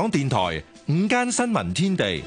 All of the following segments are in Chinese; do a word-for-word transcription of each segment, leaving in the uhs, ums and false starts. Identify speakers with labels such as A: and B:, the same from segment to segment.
A: 港電台午間新聞天地，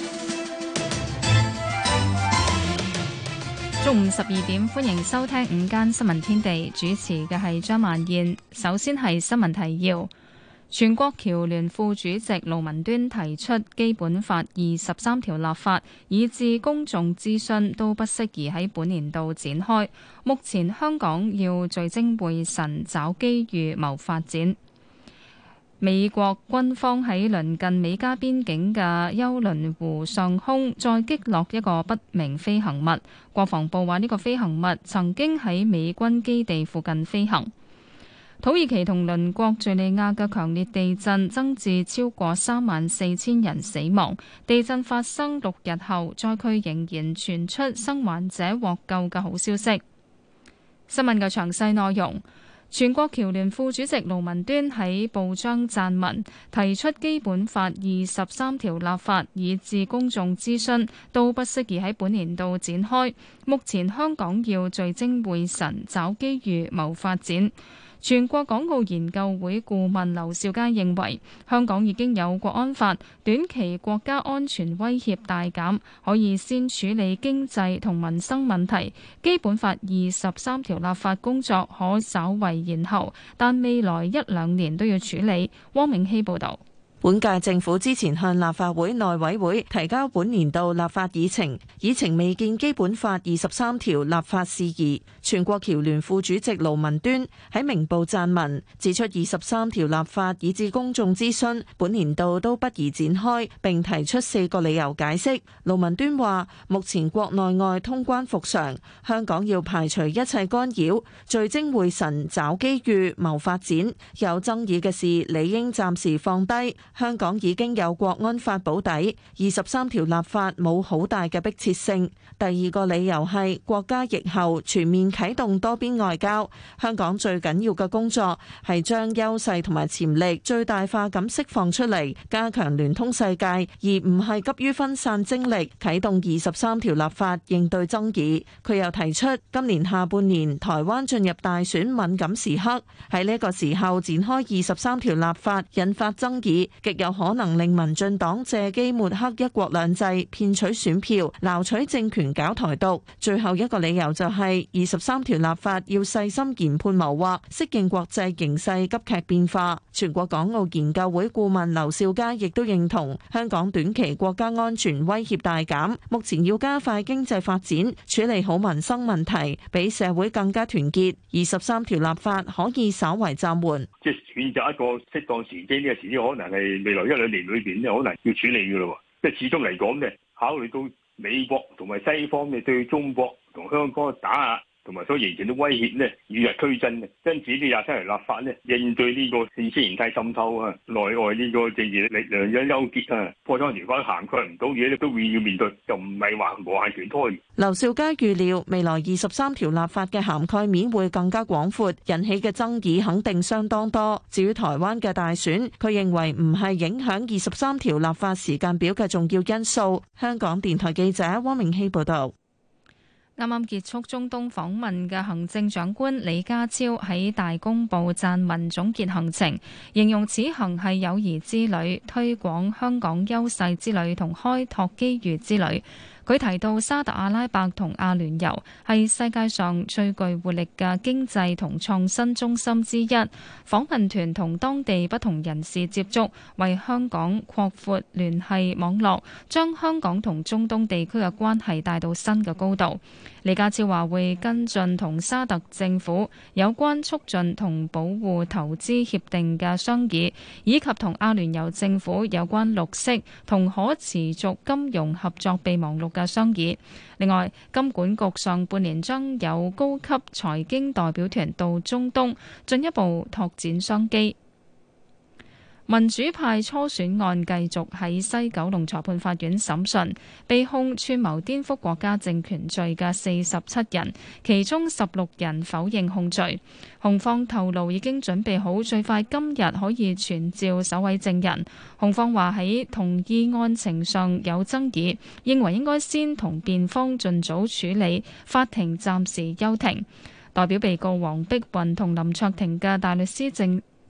B: 中午十二點，歡迎收聽午間新聞天地，主持嘅係張曼燕。首先係新聞提要。全國僑聯副主席盧文端提出，基本法二十三條立法以至公眾諮詢都不適宜喺本年度展開。目前香港要聚精會神找機遇謀發展。美國軍方喺鄰近美加邊境嘅休倫湖上空再擊落一個不明飛行物。國防部話呢個飛行物曾經喺美軍基地附近飛行。土耳其同鄰國敘利亞嘅強烈地震增至超過三萬四千人死亡。地震發生六日後，災區仍然傳出生還者獲救嘅好消息。新聞嘅詳細內容。全國僑聯副主席盧文端喺報章撰文，提出基本法二十三條立法以至公眾諮詢都不適宜喺本年度展開。目前香港要聚精會神找機遇謀發展。全國港澳研究會顧問劉兆佳認為，香港已經有國安法，短期國家安全威脅大減，可以先處理經濟同民生問題。基本法二十三條立法工作可稍為延後，但未來一兩年都要處理。汪明希報導。
C: 本屆政府之前向立法會內委會提交本年度立法議程，議程未見基本法二十三條立法事宜。全國僑聯副主席盧文端喺明報撰文，指出二十三條立法以至公眾諮詢本年度都不宜展開，並提出四個理由解釋。盧文端話：目前國內外通關復常，香港要排除一切干擾，聚精會神找機遇謀發展。有爭議嘅事理應暫時放低。香港已經有國安法保底，二十三條立法冇好大嘅迫切性。第二個理由係國家疫後全面啟動多邊外交，香港最緊要嘅工作係將優勢同埋潛力最大化咁釋放出嚟，加強聯通世界，而唔係急於分散精力啟動二十三條立法應對爭議。佢又提出，今年下半年台灣進入大選敏感時刻，喺呢個時候展開二十三條立法，引發爭議，極有可能令民進黨借機抹黑一國兩制，騙取選票，撈取政權，搞台獨。最後一個理由就係二十三條立法要細心研判謀劃，適應國際形勢急劇變化。全國港澳研究會顧問劉兆佳亦都認同，香港短期國家安全威脅大減，目前要加快經濟發展，處理好民生問題，俾社會更加團結。二十三條立法可以稍為暫緩，
D: 即係選擇一個適當時機，呢個時機可能係未來一兩年裏邊咧，可能要處理嘅咯。即係始終嚟講咧，考慮到美國同埋西方嘅對中國同香港嘅打壓，同埋所形成嘅威脅咧，與日俱增嘅。因此呢廿七條立法咧，應對呢個意識形態滲透啊，內外呢個政治力量嘅勾結啊，破窗條款涵蓋唔到嘢咧，都會要面對，就唔係話無限權拖延。
C: 劉兆佳預料未來二十三條立法嘅涵蓋面會更加廣闊，引起嘅爭議肯定相當多。至於台灣嘅大選，佢認為唔係影響二十三條立法時間表嘅重要因素。香港電台記者汪明希報導。
B: 啱啱結束中東訪問嘅行政長官李家超喺大公報撰文總結行程，形容此行係友誼之旅、推廣香港優勢之旅同開拓機遇之旅。佢提到沙特阿拉伯同阿聯酋係世界上最具活力嘅經濟同創新中心之一。訪問團同當地不同人士接觸，為香港擴闊聯繫網絡，將香港同中東地區嘅關係帶到新嘅高度。李家超話會跟進同沙特政府有關促進同保護投資協定嘅商議，以及同阿聯酋政府有關綠色同可持續金融合作備忘錄嘅商議。另外，金管局上半年將有高級財經代表團到中東，進一步拓展商機。民主派初選案繼續喺西九龍裁判法院審訊，被控串謀顛覆國家政權罪嘅四十七人，其中十六人否認控罪。控方透露已經準備好，最快今日可以傳召首位證人。控方話喺同意案情上有爭議，認為應該先同辯方盡早處理，法庭暫時休庭。代表被告黃碧雲同林卓廷嘅大律師證質。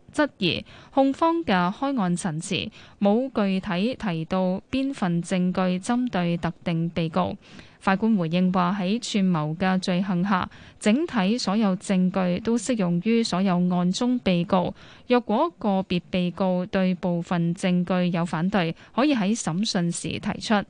B: 質疑控方嘅開案陳詞冇具體提到邊份證據針對特定被告。法官回應話：喺串謀嘅罪行下，整體所有證據都適用於所有案中被告。若果個別被告對部分證據有反對，可以喺審訊時提出。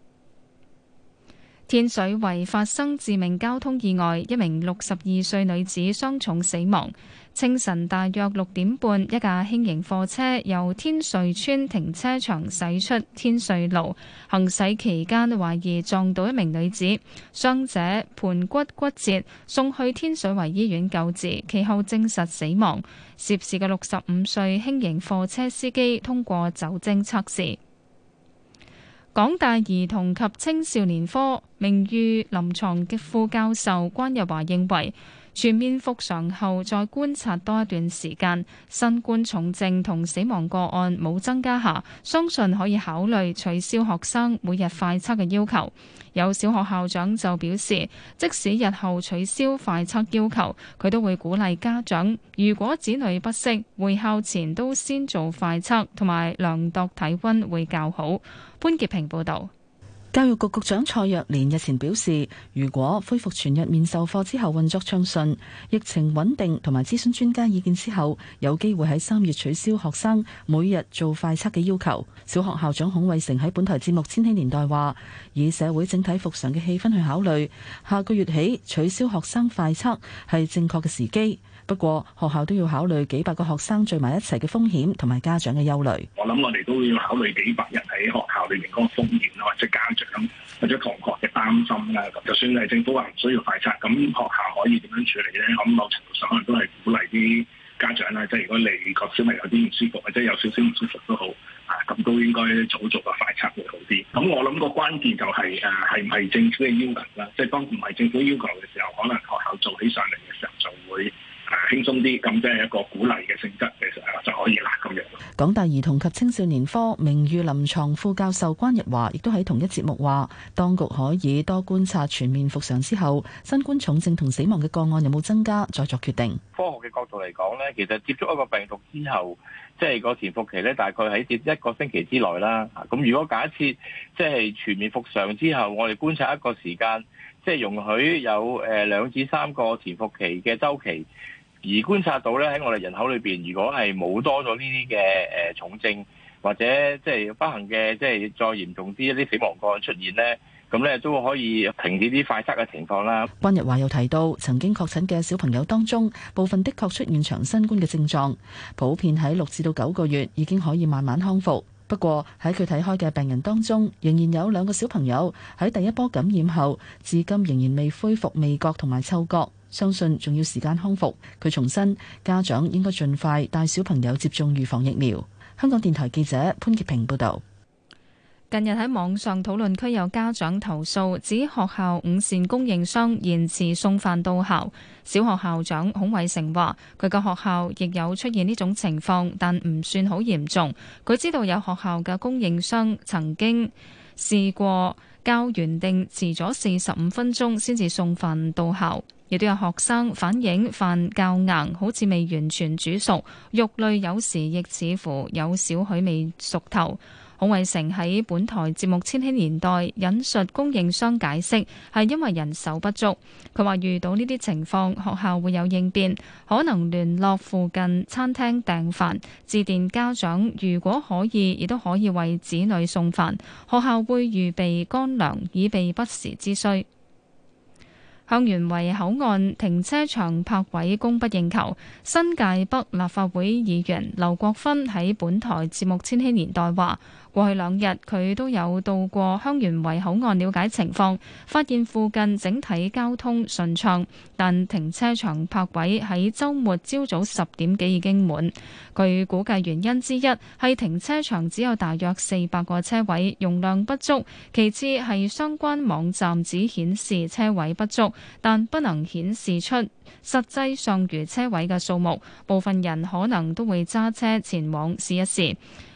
B: 天水圍發生致命交通意外，一名六十二歲女子傷重死亡。清晨大約六點半，一架輕型貨車由天瑞村停車場駛出天瑞路，行駛期間懷疑撞到一名女子，傷者盤骨骨折，送去天水圍醫院救治，其後證實死亡。涉事嘅六十五歲輕型貨車司機通過酒精測試。港大兒童及青少年科名譽臨床嘅副教授關日華認為，全面復常後再觀察多一段時間，新冠重症同死亡個案冇增加下，相信可以考慮取消學生每日快測嘅要求。有小學校長就表示，即使日後取消快測要求，佢都會鼓勵家長，如果子女不適，回校前都先做快測同埋量度體溫會較好。潘潔平報導。
C: 教育局局長蔡若蓮日前表示，如果恢復全日面授課之後運作暢順，疫情穩定同埋諮詢專家意見之後，有機會喺三月取消學生每日做快測嘅要求。小學校長孔偉成喺本台節目《千禧年代》話，以社會整體復常嘅氣氛去考慮，下個月起取消學生快測係正確嘅時機。不過學校都要考慮幾百個學生聚埋一齊嘅風險同埋家長嘅憂慮。
E: 我諗我哋都要考慮幾百人喺學校裏面嗰個風險啊，或者家長或者同學嘅擔心啦。就算係政府話唔需要快測，咁學校可以點樣處理咧？咁某程度上可能都係鼓勵啲家長啦，即係如果你個小朋友有啲唔舒服，或者有少少唔舒服都好啊，咁都應該早做個快測會好啲。咁我諗個關鍵就係誒係唔係政府嘅要求啦？即係當唔係政府要求嘅時候，可能學校做起上嚟嘅時候就會。誒輕鬆啲，咁即係一個鼓勵嘅性質，其實就可以啦咁樣。
C: 港大兒童及青少年科名譽臨床副教授關日華亦都喺同一節目話，當局可以多觀察全面復常之後，新冠重症同死亡嘅個案有冇增加，再作決定。
F: 科學嘅角度嚟講咧，其實接觸一個病毒之後，即係個潛伏期咧，大概喺一個星期之內啦。咁如果假設即係全面復常之後，我哋觀察一個時間，即係容許有誒兩至三個潛伏期嘅週期。而觀察到咧，喺我哋人口裏邊，如果係冇多咗呢啲嘅誒重症，或者即係不幸嘅，即係再嚴重啲一啲死亡個案出現咧，咁咧都可以停止啲快測嘅情況啦。
C: 關日華又提到，曾經確診嘅小朋友當中，部分的確出現長新冠嘅症狀，普遍喺六至到九個月已經可以慢慢康復。不過喺佢睇開嘅病人當中，仍然有兩個小朋友喺第一波感染後，至今仍然未恢復味覺同埋嗅覺。相信仲要時間康復。佢重申，家長應該盡快帶小朋友接種預防疫苗。香港電台記者潘潔平報導。
B: 近日喺網上討論區有家長投訴，指學校午膳供應商延遲送飯到校。小學校長孔偉成話：佢嘅學校亦有出現呢種情況，但唔算好嚴重。佢知道有學校嘅供應商曾經試過較原定遲咗四十五分鐘先至送飯到校。亦都有學生反映飯較硬，好似未完全煮熟，肉類有時亦似乎有少許未熟透。孔偉成喺本台節目《千禧年代》引述供應商解釋，係因為人手不足。佢話遇到呢啲情況，學校會有應變，可能聯絡附近餐廳訂飯，致電家長，如果可以，亦都可以為子女送飯。學校會預備乾糧，以備不時之需。香園圍口岸停車場泊位供不應求，新界北立法會議員劉國勳喺本台節目《千禧年代》話，過去兩日佢都有到過香園圍口岸了解情況，發現附近整體交通順暢，但停車場泊位喺週末朝早十點幾已經滿。佢估計原因之一係停車場只有大約四百個車位，容量不足；其次係相關網站只顯示車位不足，但不能顯示出實際上餘車位嘅數目。部分人可能都會揸車前往試一試。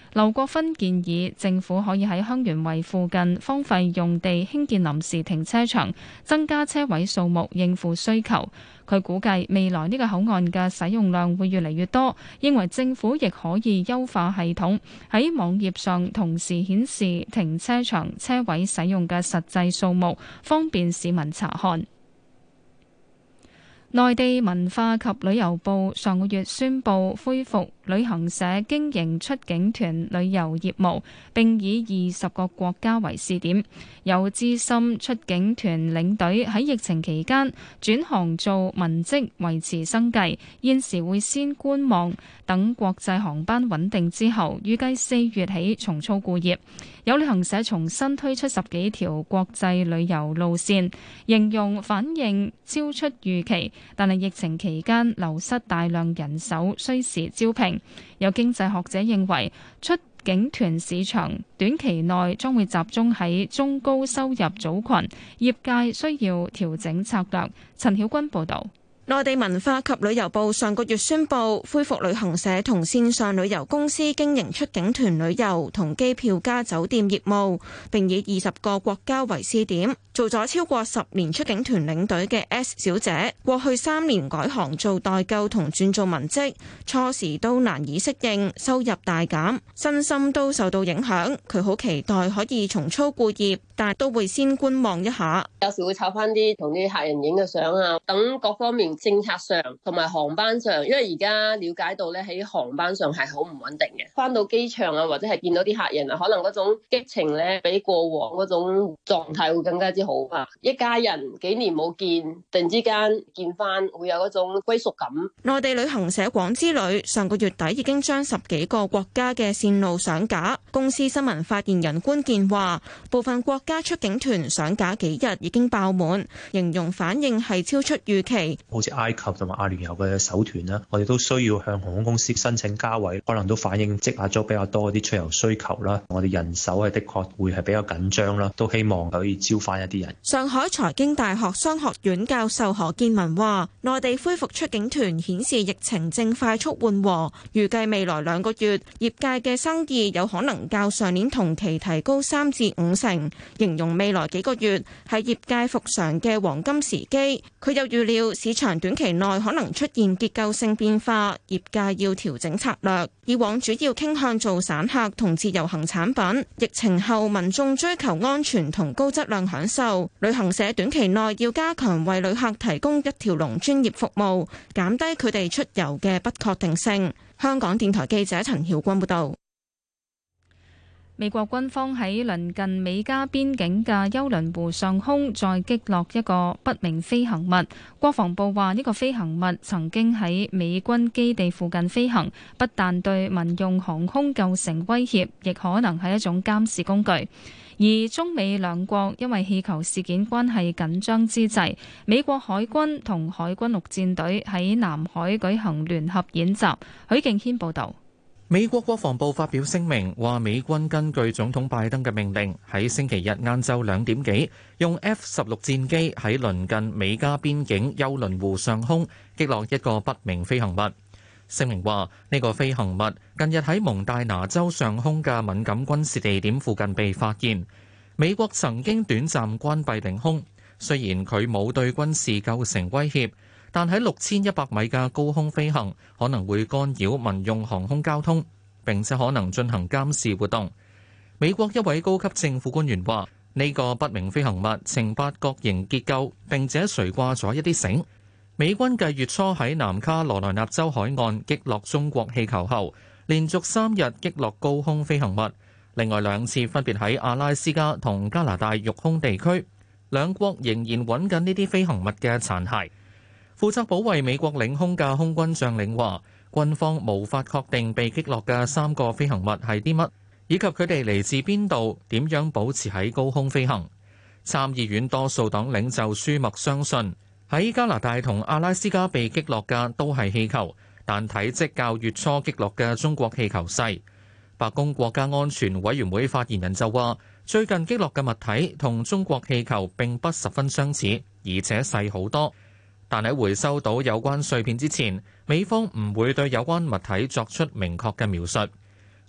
B: 劉國勳建議政府可以喺香園圍附近荒廢用地興建臨時停車場，增加車位數目應付需求。佢估計未來呢個口岸嘅使用量會越嚟越多，認為政府亦可以優化系統，喺網頁上同時顯示停車場車位使用嘅實際數目，方便市民查看。內地文化及旅遊部上個月宣布恢復旅行社經營出境團旅遊業務，並以二十個國家為試點。有資深出境團領隊喺疫情期間轉行做文職維持生計，現時會先觀望，等國際航班穩定之後，預計四月起重操故業。有旅行社重新推出十幾條國際旅遊路線，形容反應超出預期，但係疫情期間流失大量人手，需時招聘。有經濟學者認為，出境團市場短期內將會集中喺中高收入組群，業界需要調整策略。陳曉君報導。
G: 內地文化及旅遊部上個月宣布恢復旅行社同線上旅遊公司經營出境團旅遊同機票加酒店業務，並以二十個國家為試點。做咗超過十年出境團領隊嘅 S 小姐，過去三年改行做代購同轉做文職，初時都難以適應，收入大減，身心都受到影響。佢好期待可以重操故業，但都會先觀望一下。
H: 有時會湊翻啲同啲客人影嘅相啊，等各方面政策上同埋航班上，因為而家了解到咧喺航班上係好唔穩定嘅。翻到機場啊，或者係見到啲客人啊，可能嗰種激情咧，比過往嗰種狀態會更加之好啊！一家人幾年冇見，突然之間見翻，會有嗰種歸屬感。
G: 內地旅行社廣之旅上個月底已經將十幾個國家嘅線路上架。公司新聞發言人官健話，部分國家出境團上架幾日已經爆滿，形容反應係超出預期。
I: 好似埃及同埋阿聯酋嘅首團啦，我哋都需要向航空公司申請加位，可能都反映積壓咗比較多啲出遊需求啦。我哋人手係的確會係比較緊張啦，都希望可以招翻一啲人。
G: 上海財經大學商學院教授何建文話，內地恢復出境團顯示疫情正快速緩和，預計未來兩個月業界嘅生意有可能較上年同期提高三至五成，形容未來幾個月係業界復常嘅黃金時機。佢又預料市場短期內可能出現結構性變化，業界要調整策略。以往主要傾向做散客同自由行產品，疫情後民眾追求安全同高質量享受，旅行社短期內要加強為旅客提供一條龍專業服務，減低佢哋出遊嘅不確定性。香港電台記者陳曉君報道。
B: 美國軍方喺鄰近美加邊境嘅休倫湖上空再擊落一個不明飛行物。國防部話呢個飛行物曾經喺美軍基地附近飛行，不但對民用航空構成威脅，亦可能係一種監視工具。而中美兩國因為氣球事件關係緊張之際，美國海軍同海軍陸戰隊喺南海舉行聯合演習。許敬軒報導。
J: 美國國防部發表聲明，話美軍根據總統拜登嘅命令，喺星期日晏晝兩點幾，用 F 十六戰機喺鄰近美加邊境休倫湖上空擊落一個不明飛行物。聲明話，呢個飛行物近日喺蒙大拿州上空嘅敏感軍事地點附近被發現。美國曾經短暫關閉領空，雖然佢冇對軍事構成威脅，但喺六千一百米嘅高空飛行可能會干擾民用航空交通，並且可能進行監視活動。美國一位高級政府官員話：呢個不明飛行物呈八角形結構，並且垂掛咗一啲繩。美軍繼月初喺南卡羅來納州海岸擊落中國氣球後，連續三日擊落高空飛行物，另外兩次分別喺阿拉斯加同加拿大育空地區。兩國仍然揾緊呢啲飛行物嘅殘骸。負責保衛美國領空嘅空軍將領話，軍方無法確定被擊落嘅三個飛行物係啲乜，以及佢哋嚟自邊度，點樣保持喺高空飛行。參議院多數黨領袖舒默相信，喺加拿大同阿拉斯加被擊落嘅都係氣球，但體積較月初擊落嘅中國氣球細。白宮國家安全委員會發言人就話，最近擊落嘅物體同中國氣球並不十分相似，而且細好多。但喺回收到有關碎片之前，美方唔會對有關物體作出明確嘅描述。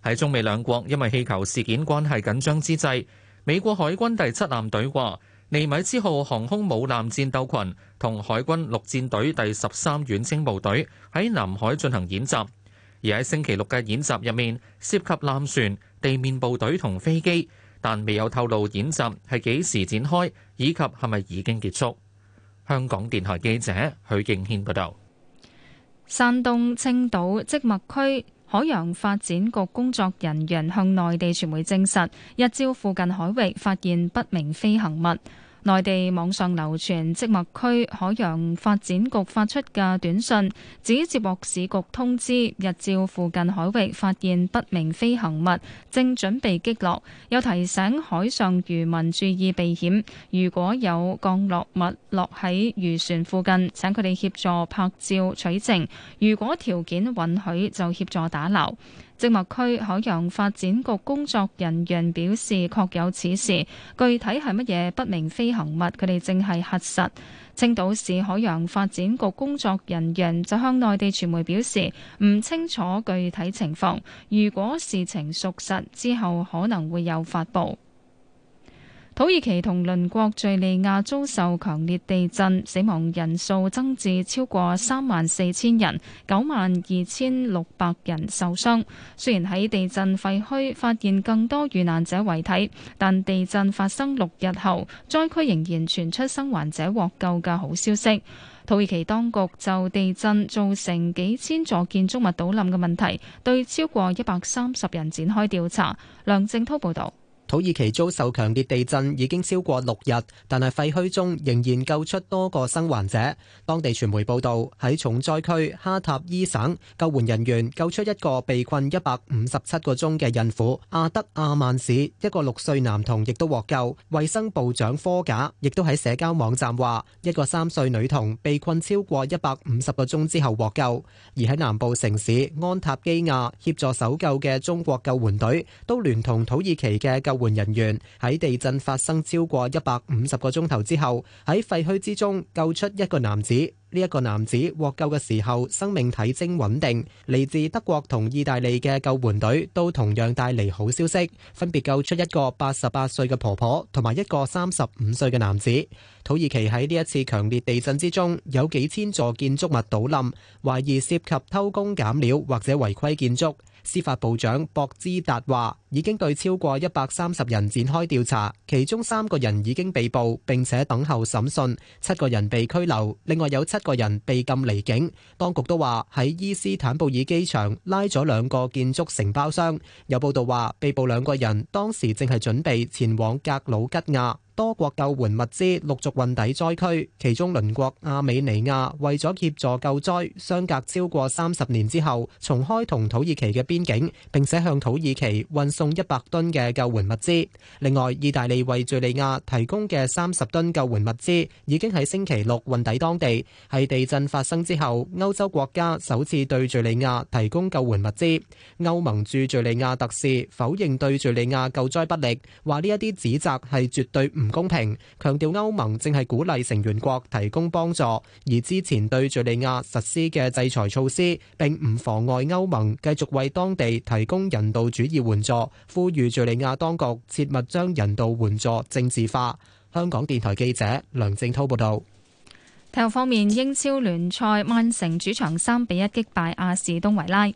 J: 喺中美兩國因為氣球事件關係緊張之際，美國海軍第七艦隊話，尼米茲號航空母艦戰鬥群同海軍陸戰隊第十三遠征部隊喺南海進行演習，而喺星期六嘅演習入面涉及艦船、地面部隊同飛機，但未有透露演習係幾時展開以及係咪已經結束。香港電台記者許敬軒報道。
B: 山東青島即墨區海洋發展局工作人員向內地傳媒證實，日照附近海域發現不明飛行物。內地網上流傳即墨區海洋發展局發出嘅短信，指接獲市局通知，日照附近海域發現不明飛行物，正準備擊落，又提醒海上漁民注意避險。如果有降落物落喺漁船附近，請佢哋協助拍照取證，如果條件允許就協助打撈。即墨區海洋發展局工作人員表示，確有此事，具體係乜嘢不明飛行物，佢哋正係核實。青島市海洋發展局工作人員就向內地傳媒表示，唔清楚具體情況，如果事情屬實，之後可能會有發布。土耳其同鄰國敘利亞遭受強烈地震，死亡人數增至超過三萬四千人，九萬二千六百人受傷。雖然喺地震廢墟發現更多遇難者遺體，但地震發生六日後，災區仍然傳出生還者獲救嘅好消息。土耳其當局就地震造成幾千座建築物倒冧嘅問題，對超過一百三十人展開調查。梁正滔報導。
K: 土耳其遭受強烈地震已經超過六日，但係廢墟中仍然救出多個生還者。當地傳媒報道，喺重災區哈塔伊省，救援人員救出一個被困一百五十七個鐘嘅孕婦。阿德亞曼市一個六歲男童亦都獲救。衛生部長科賈亦都喺社交網站話，一個三歲女童被困超過一百五十個鐘之後獲救。而喺南部城市安塔基亞協助搜救嘅中國救援隊都聯同土耳其嘅救援人員喺地震發生超過一百五十個鐘頭之後，喺廢墟之中救出一個男子。呢一個男子獲救嘅時候，生命體徵穩定。嚟自德國同意大利嘅救援隊都同樣帶嚟好消息，分別救出一個八十八歲嘅婆婆同埋一個三十五歲嘅男子。土耳其喺呢一次強烈地震之中，有幾千座建築物倒冧，懷疑涉及偷工減料或者違規建築。司法部長博茲達話，已經對超過一百三十人展開調查，其中三個人已經被捕並且等候審訊，七個人被拘留，另外有七個人被禁離境。當局都話喺伊斯坦布爾機場拉咗兩個建築承包商。有報道話，被捕兩個人當時正係準備前往格魯吉亞。多國救援物資陸續運抵災區，其中鄰國亞美尼亞為咗協助救災，相隔超過三十年之後重開同土耳其嘅邊境，並且向土耳其運送一百噸嘅救援物資。另外，意大利為敘利亞提供嘅三十噸救援物資已經喺星期六運抵當地，係地震發生之後歐洲國家首次對敘利亞提供救援物資。歐盟駐敘利亞特使否認對敘利亞救災不力，話呢一啲指責係絕對唔公平，強調歐盟正係鼓勵成員國提供幫助，而之前對敘利亞實施嘅制裁措施並唔妨礙歐盟繼續為當地提供人道主義援助，呼籲敘利亞當局切勿將人道援助政治化。香港電台記者梁正滔報導。
B: 體育方面，英超聯賽曼城主場三比一擊敗阿士東維拉。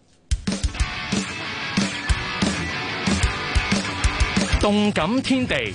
A: 動感天地。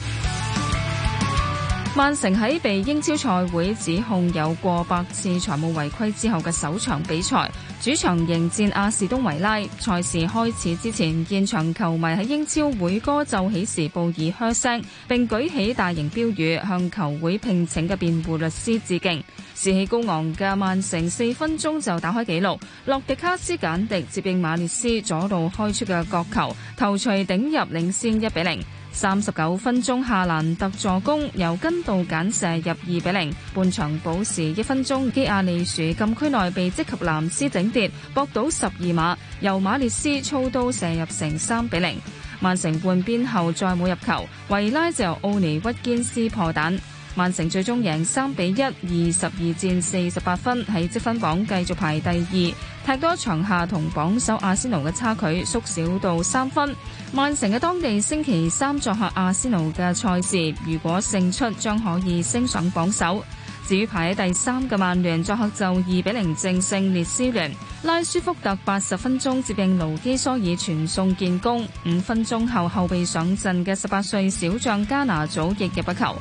B: 曼城喺被英超賽會指控有過百次財務違規之後嘅首場比賽，主場迎戰阿士東維拉。賽事開始之前，現場球迷喺英超會歌奏起時報以噓聲，並舉起大型標語向球會聘請嘅辯護律師致敬。士氣高昂嘅曼城四分鐘就打開紀錄，洛迪卡斯簡迪接應馬列斯左路開出嘅角球，頭槌頂入，領先一比零。三十九分鐘，夏蘭特助攻，由根道簡射入二比零。半場補時一分鐘，基亞利殊禁區內被積及藍斯頂跌，搏到十二碼，由馬列斯操刀射入成三比零。曼城換邊後再冇入球，維拉就由奧尼屈堅斯破蛋。 曼城最終贏三比一，二十二戰四十八分，喺積分榜繼續排第二，踢多場下同榜首阿仙奴嘅差距縮小到三分。曼城嘅當地星期三作客阿仙奴嘅賽事，如果勝出將可以升上榜首。至於排喺第三嘅曼聯作客就二比零淨勝列斯聯，拉舒福特八十分鐘接應盧基蘇爾傳送建功，五分鐘後後備上陣嘅十八歲小將加拿祖亦入一球。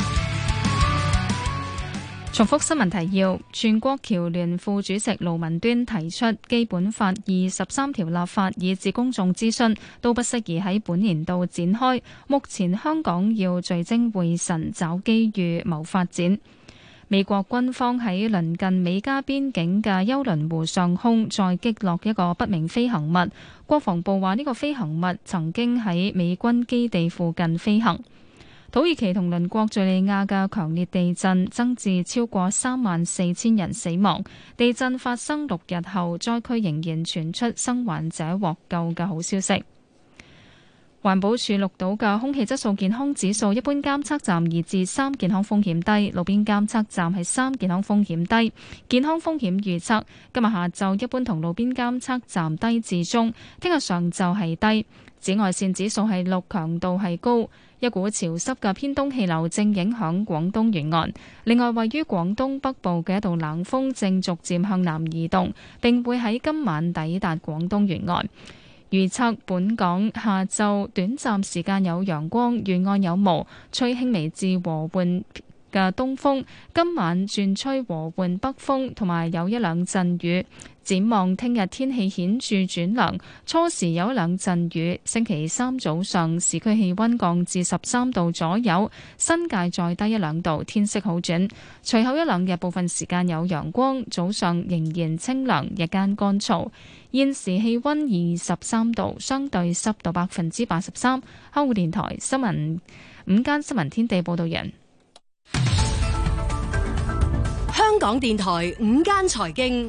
B: 重複新聞提要：全國僑聯副主席盧文端提出，基本法二十三條立法以至公眾諮詢都不適宜喺本年度展開。目前香港要聚精會神找機遇謀發展。美國軍方喺鄰近美加邊境嘅休倫湖上空再擊落一個不明飛行物。國防部話呢個飛行物曾經喺美軍基地附近飛行。土耳其同鄰國敘利亞嘅強烈地震增至超過三萬四千人死亡。地震發生六日後，災區仍然傳出生還者獲救嘅好消息。環保署錄到嘅空氣質素健康指數，一般監測站二至三，健康風險低；路邊監測站係三，健康風險低。健康風險預測今日下晝一般同路邊監測站低至中，聽日上晝係低。紫外線指數係六，強度係高。一股潮濕嘅偏東氣流正影響廣東沿岸，另外位於廣東北部嘅一道冷鋒正逐漸向南移動，並會喺今晚抵達廣東沿岸。預測本港下晝短暫時間有陽光，沿岸有霧，吹輕微至和緩嘅東風。今晚轉吹和緩北風，同埋有一兩陣雨。展望聽日天氣顯著轉涼，初時有一兩陣雨。星期三早上市區氣溫降至十三度左右，新界再低一兩度，天色好轉。隨後一兩日部分時間有陽光，早上仍然清涼，日間乾燥。現時氣溫二十三度，相對濕度百分之八十三。香港電台新聞午間新聞天地報道人。
L: 香港電台午間財經。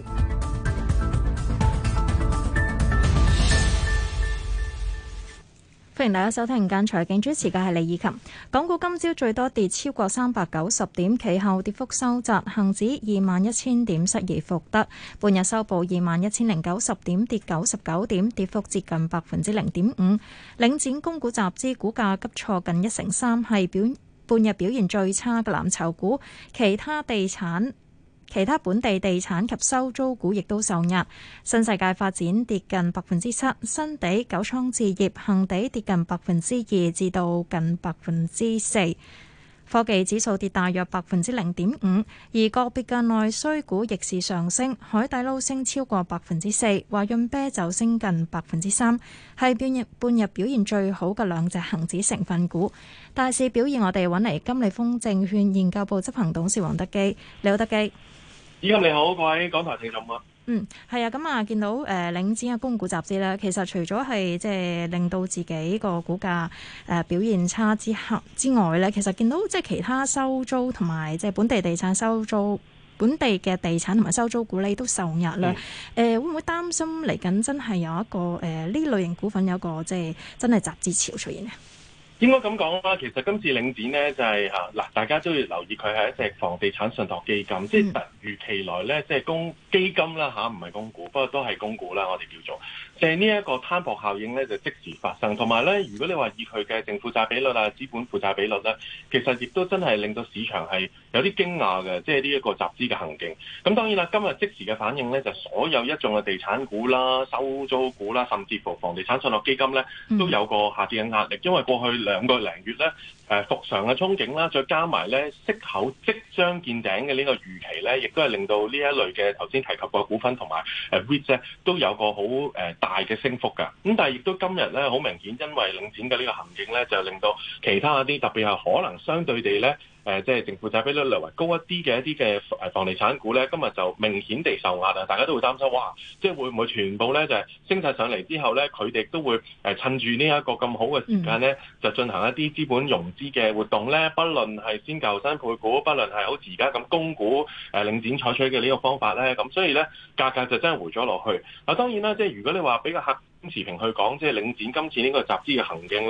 M: 歡迎大家收聽午間財經，主持嘅係李以琴。港股今朝最多跌超過三百九十點，其後跌幅收窄，恒指二萬一千點失而復得，半日收報二萬一千零九十點，跌九十九點，跌幅接近百分之零點五。領展供股集資股價急挫近一成三，係表半日表現最差嘅藍籌股，其他地產。其他本地地產及收租股亦都受壓，新世界發展跌近百分之七，新地、九倉置業、恒地跌近百分之二至到近百分之四。科技指數跌大約百分之零點五，而個別嘅內需股逆市上升，海底撈升超過百分之四，華潤啤酒升近百分之三，係半日半日表現最好嘅兩隻恒指成分股。大市表現，我哋揾嚟金利豐證券研究部執行董事黃德基，你好，德基。
N: 依家你好，各位港台聽眾啊。
M: 嗯，係啊，咁啊，見到誒、呃、領展嘅供股集資咧，其實除咗係即係令到自己個股價誒、呃、表現差之後之外咧，其實見到即係其他收租同埋即係本地地產收租、本地嘅地產同埋收租股咧都受壓啦。誒、嗯呃，會唔會擔心嚟緊真係有一個誒呢、呃、類型股份有一個即係真係集資潮出現咧？
N: 應該咁講啦，其實今次領展咧就係嚇嗱，大家都要留意佢係一隻房地產信託基金，嗯、即係突如其來咧，即係公基金啦嚇，唔係公股，不過都係公股啦，我哋叫做。即係呢一個攤薄效應咧，就即時發生。同埋咧，如果你話以佢嘅淨負債比率啊、資本負債比率咧，其實亦都真係令到市場係有啲驚訝嘅，即係呢一個集資嘅行徑。咁當然啦，今日即時嘅反應咧，就所有一眾嘅地產股啦、收租股啦，甚至乎房地產信託基金咧，都有個下跌嘅壓力，因為過去兩個零月咧，誒復常嘅憧憬啦，再加埋咧息口即將見頂嘅呢個預期咧，亦都係令到呢一類嘅頭先提及過股份同埋誒 R E I T 咧，都有個好誒大嘅升幅㗎。咁但係亦都今日咧，好明顯因為領展嘅呢個行徑咧，就令到其他一啲特別係可能相對地咧。誒即係淨負債比率略為高一啲嘅一啲嘅誒房地產股咧，今日就明顯地受壓啊！大家都會擔心，哇！即係會唔會全部咧就係升晒上嚟之後咧，佢哋都會誒趁住呢一個咁好嘅時間咧，就進行一啲資本融資嘅活動咧。不論係先舊新配股，不論係好似而家咁供股誒領展採取嘅呢個方法咧，咁所以咧價格就真係回咗落去。啊，當然啦，即係如果你話比較客持平去講，即係領展今次呢個集資嘅行徑咧，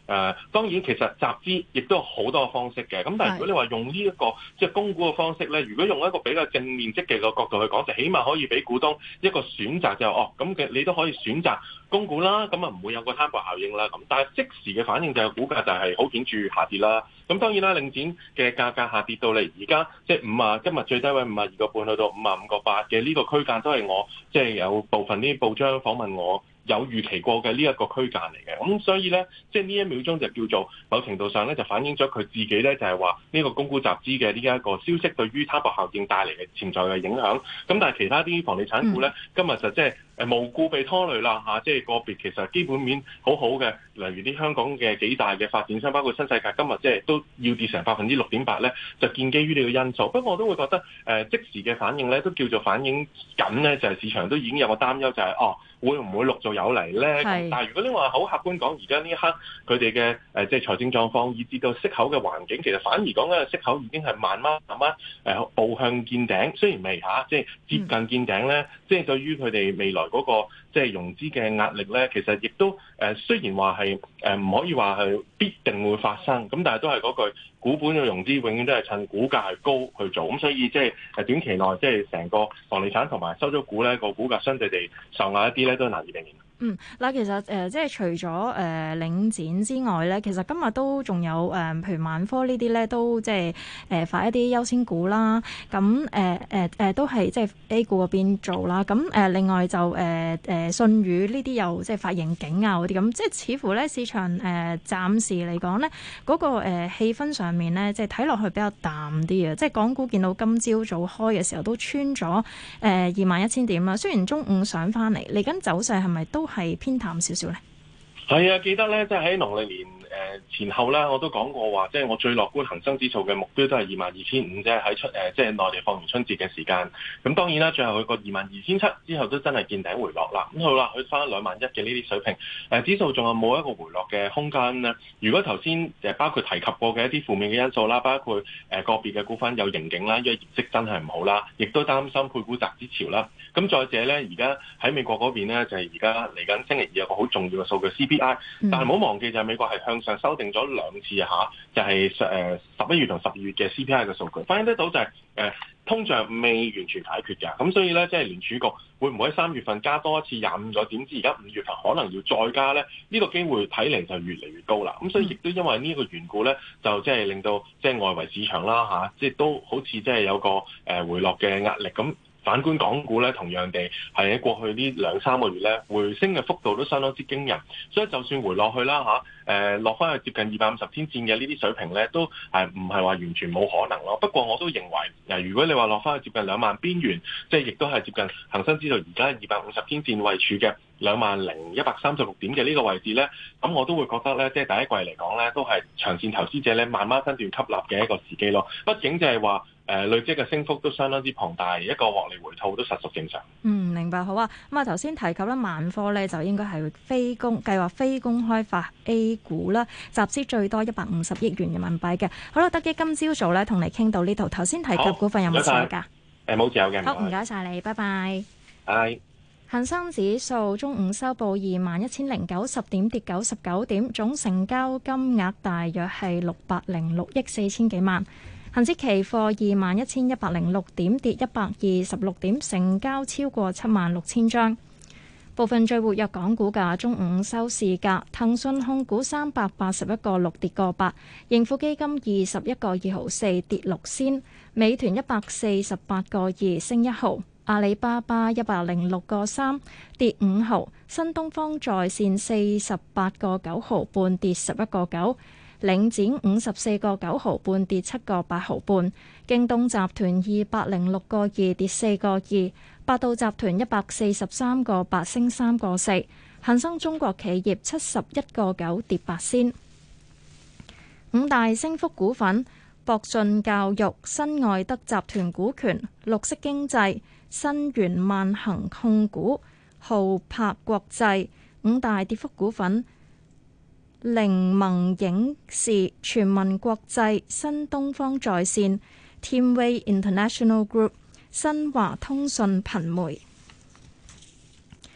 N: 呃、當然其實集資亦都有好多方式嘅。咁但係如果你話用呢、這、一個即係供股嘅方式咧，如果用一個比較正面積極嘅角度去講，就起碼可以俾股東一個選擇，就哦咁嘅你都可以選擇供股啦，咁啊唔會有個攤薄效應啦。咁但係即時嘅反應就係股價就係好顯著下跌啦。咁當然啦，領展嘅價格下跌到嚟而家即係五啊，今日最低位五啊二個半去到五啊五個八嘅呢個區間，都係我即係有部分啲報章訪問我有預期過嘅呢一個區間嚟嘅。咁所以咧，即係呢一秒鐘就叫做某程度上咧，就反映咗佢自己咧，就係話呢個供股集資嘅呢一個消息對於攤薄效應帶嚟嘅潛在嘅影響。咁但係其他啲房地產股咧，今日就即係誒無故被拖累啦嚇，即係個別其實基本面好好嘅，例如啲香港嘅幾大嘅發展商，包括新世界，今日即係都要跌成百分之六點八咧，就建基於呢個因素。不過我都會覺得誒、呃、即時嘅反應咧，都叫做反映緊咧，就係、是、市場都已經有個擔憂、就是，就係哦會唔會陸續有嚟咧？但係如果你話好客觀講，而家呢一刻佢哋嘅誒即係財政狀況，以至到息口嘅環境，其實反而講緊嘅息口已經係慢慢慢慢誒步向見頂，雖然未嚇，即係接近見頂咧，即係對於佢哋未來嗰、那個即係融資嘅壓力咧，其實亦都誒雖然話係誒唔可以話係必定會發生，咁但係都係嗰句股本嘅融資永遠都係趁股價係高去做，咁所以即係誒短期內即係成個房地產同埋收租股咧個股價相對地受壓一啲咧，都難以避免。
M: 嗯，嗱，其實誒、呃，即係除咗誒、呃、領展之外咧，其實今日都仲有誒、呃，譬如萬科呢啲咧，都即係誒發一啲優先股啦。咁誒誒誒，都係即係 A 股嗰邊做啦。咁誒、呃，另外就誒誒、呃呃、信宇呢啲又即係發盈警啊嗰啲咁，即係似乎咧市場誒、呃、暫時嚟講咧，嗰、那個誒、呃、氣氛上面咧，即係睇落去比較淡啲啊。即係港股見到今朝早開嘅時候都穿咗誒二萬一千點啦。雖然中午上翻嚟，嚟緊走勢係咪都係偏淡少少咧？
N: 係啊，記得咧，即係喺農曆年誒前後咧，我都講過話，即係我最樂觀恒生指數嘅目標都係二萬二千五啫。喺出誒即係內地放完春節嘅時間，咁當然啦，最後去個二萬二千七之後都真係見頂回落啦。咁好啦，去翻兩萬一嘅呢啲水平，誒指數仲有冇一個回落嘅空間呢？如果頭先誒包括提及過嘅一啲負面嘅因素啦，包括誒個別嘅股份有盈警啦，因為業績真係唔好啦，亦都擔心配股集資潮啦。咁再者咧，而家喺美國嗰邊咧，就係而家嚟緊星期二有個好重要嘅數據 C P I，嗯、但係唔好忘記就係美國係向上修訂咗兩次嚇，就係誒十一月同十二月嘅 C P I 嘅數據，反映得到就係、是、誒、呃、通脹未完全解決嘅，咁所以咧即係聯儲局會唔會喺三月份加多一次廿五個點子，而家五月份可能要再加咧？呢、這個機會睇嚟就越嚟越高啦。咁所以亦都因為呢個緣故咧，就即係令到即係外圍市場啦嚇，即係都好似即係有個誒回落嘅壓力咁。反觀港股咧，同樣地係喺過去呢兩三個月咧，回升嘅幅度都相當之驚人，所以就算回落去啦嚇，誒落翻去接近二百五十天線嘅呢啲水平咧，都係唔係話完全冇可能咯。不過我都認為，誒如果你話落翻去接近兩萬邊緣，即係亦都係接近恒生指數而家二百五十天線位處嘅兩萬零一百三十六點嘅呢個位置咧，咁我都會覺得咧，即係第一季嚟講咧，都係長線投資者咧慢慢分段吸納嘅一個時機咯。畢竟就係話。誒、呃、累積嘅升幅都相當之龐大，一個獲利回吐都實屬正常。
M: 嗯，明白，好啊。咁啊，頭先提及咧，萬科咧就應該係非公計劃非公開發 A 股啦，集資最多一百五十億元人民幣嘅。好啦，德基今朝早咧同你傾到呢度。頭先提及股份有冇持有㗎？
N: 誒冇持有嘅。
M: 好，唔該晒你，拜拜。
N: 拜。
M: 恒生指數中午收報二萬一千零九十點，跌九十九點，總成交金額大約係六百零六億四千幾萬。恒指期貨二萬一千一百零六點，跌一百二十六點，成交超過七萬六千張。部分最活躍港股價中午收市價：騰訊控股三百八十一個六跌個八，盈富基金二十一個二毫四跌六仙，美團一百四十八個二升一毫，阿里巴巴一百零六個三跌五毫，新東方在線四十八個九毫半跌十一個九。領展五十四個九毫半跌七個八毫半，京東集團二百零六個二跌四個二，百度集團一百四十三個八升三個四，恒生中國企業七十一個九跌八仙。五大升幅股份：博進教育、新愛德集團股權、綠色經濟、新源萬行控股、浩柏國際。五大跌幅股份：凌盟影視、全民國際、新東方在線、Teamway International Group、新華通訊頻媒。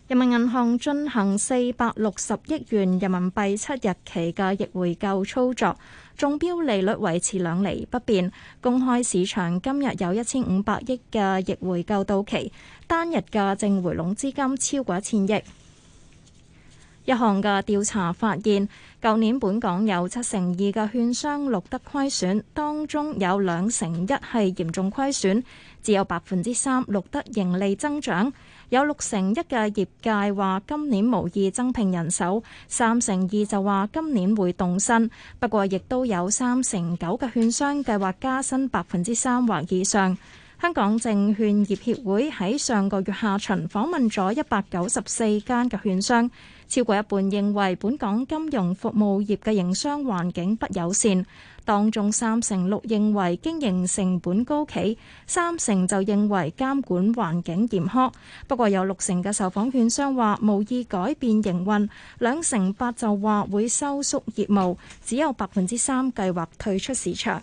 M: 人民銀行進行四百六十億元人民幣七日期嘅逆回購操作，中標利率維持兩厘不變。公開市場今日有一千五百億嘅逆回購到期，單日嘅淨回籠資金超過一千億。一項嘅調查發現，舊年本港有七成二嘅券商錄得虧損，當中有兩成一係嚴重虧損，只有百分之三錄得盈利增長。有六成一嘅業界話今年無意增聘人手，三成二就話今年會凍薪。不過，亦都有三成九嘅券商計劃加薪百分之三或以上。香港證券業協會喺上個月下旬訪問咗一百九十四間嘅券商，超過一半認為本港金融服務業嘅營商環境不友善，當中三成六認為經營成本高企，三成就認為監管環境嚴苛。不過有六成嘅受訪券商話無意改變營運，兩成八就話會收縮業務，只有百分之三計劃退出市場。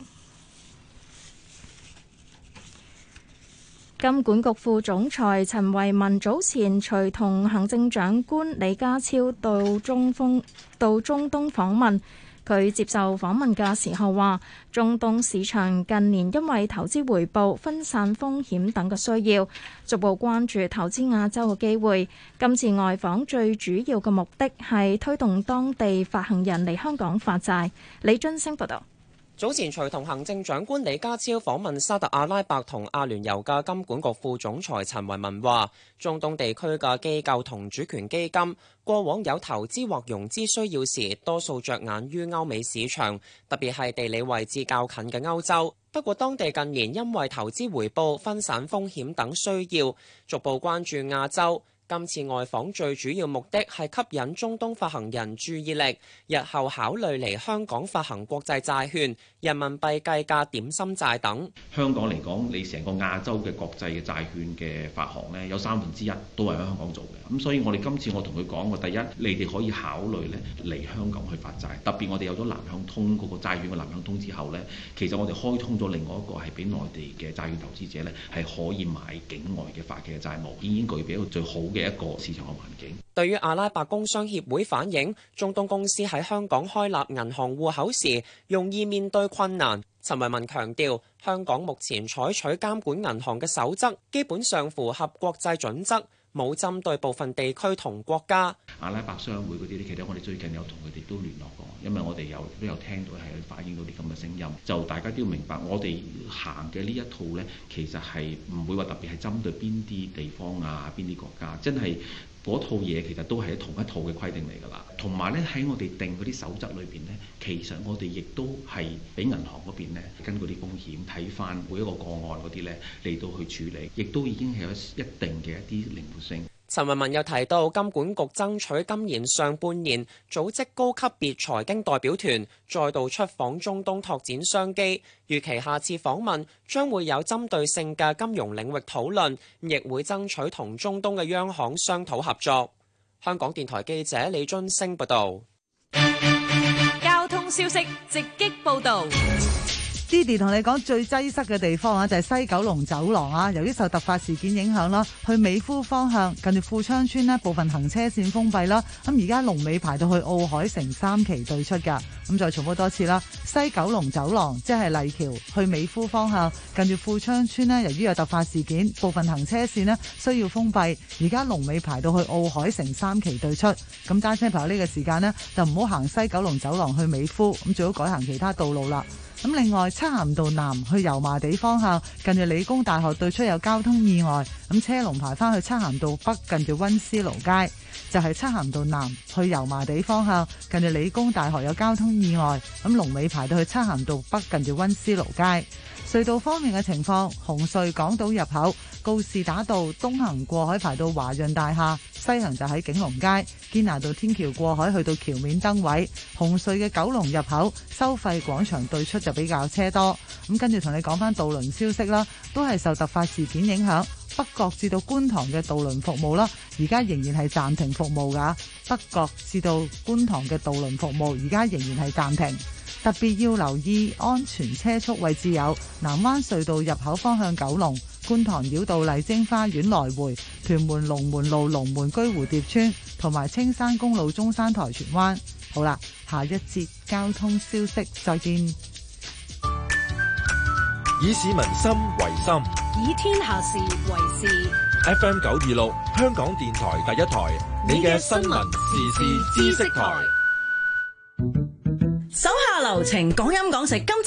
M: 金管局副總裁陳維民早前隨同行政長官李家超到中風到中東訪問，佢接受訪問嘅時候話，中東市場近年因為投資回報、分散風險等嘅需要，逐步關注投資亞洲嘅機會。今次外訪最主要嘅目的係推動當地發行人嚟香港發債。李津升報道。
O: 早前隨同行政長官李家超訪問沙特阿拉伯同阿聯酋嘅金管局副總裁陳維民話，中東地區嘅機構同主權基金過往有投資或融資需要時，多數着眼於歐美市場，特別係地理位置較近嘅歐洲。不過當地近年因為投資回報、分散風險等需要，逐步關注亞洲。今次外訪最主要目的係吸引中東發行人注意力，日後考慮嚟香港發行國際債券、人民幣計價點心債等。
P: 香港嚟講，你成個亞洲嘅國際嘅債券嘅發行呢，有三分之一都係喺香港做嘅。咁所以我哋今次我同佢講，我第一，你哋可以考慮咧嚟香港去發債，特別我哋有咗南向通嗰個債券嘅南向通之後呢，其實我哋開通咗另外一個係俾內地嘅債券投資者呢，係可以買境外嘅發嘅債務，已經具備一個最好嘅一個市場嘅環境。
O: 對於阿拉伯工商協會反映，中東公司喺香港開立銀行戶口時容易面對困難。陳維民強調，香港目前採取監管銀行嘅守則，基本上符合國際準則，冇針對部分地區同國家。
P: 阿拉伯商會嗰啲，其實我哋最近有同佢哋都聯絡過，因為我哋有都有聽到係反映到啲咁嘅聲音。就大家都要明白，我哋行嘅呢一套呢，其實係唔會話特別係針對邊啲地方啊、邊啲國家，真係嗰套嘢其實都係同一套嘅規定嚟㗎啦。同埋呢，喺我哋定嗰啲守則裏邊呢，其實我哋亦都係俾銀行嗰邊呢，根據啲風險睇翻每一個個案嗰啲呢嚟到去處理，亦都已經係有一定嘅一啲靈活性。
O: 陳維民又提到，金管局爭取今年上半年組織高級別財經代表團再度出訪中東拓展商機，預期下次訪問將會有針對性嘅金融領域討論，亦會爭取同中東嘅央行商討合作。香港電台記者李津升報道。
L: 交通消息直擊報道。
Q: Didi 同你講最擠塞嘅地方啊，就係西九龍走廊啊。由於受突發事件影響啦，去美孚方向近住富昌村呢部分行車線封閉啦。咁而家龍尾排到去奧海城三期對出㗎。咁再重複多次啦，西九龍走廊即係麗橋去美孚方向近住富昌村呢，由於有突發事件，部分行車線呢需要封閉。而家龍尾排到去奧海城三期對出。咁揸車朋友呢個時間呢，就唔好行西九龍走廊去美孚，咁最好改行其他道路啦。咁另外，漆咸道南去油麻地方向，近住理工大學對出有交通意外，咁車龍排翻去漆咸道北，近住溫思勞街，就係漆咸道南去油麻地方向，近住理工大學有交通意外，咁龍尾排到去漆咸道北，近住溫思勞街。隧道方面嘅情況，紅隧港島入口告士打道東行過海排到華潤大廈，西行就喺景隆街堅拿道天橋過海去到橋面燈位。紅隧嘅九龍入口收費廣場對出就比較車多。咁跟住同你講翻渡輪消息啦，都係受突發事件影響，北角至到觀塘嘅渡輪服務啦，而家仍然係暫停服務噶。北角至到觀塘嘅渡輪服務而家仍然係暫停。特別要留意安全車速位置有南灣隧道入口方向九龍、 觀塘繞道麗晶花園來回、屯門龍門路龍門居蝴蝶村同埋青山公路中山台荃灣。好啦，下一節交通消息再見。
R: 以市民心為心，
L: 以天下事為事。
R: F M 九二六，香港電台第一台，你嘅新聞時事知識台。
S: 手下留情，講飲講食。今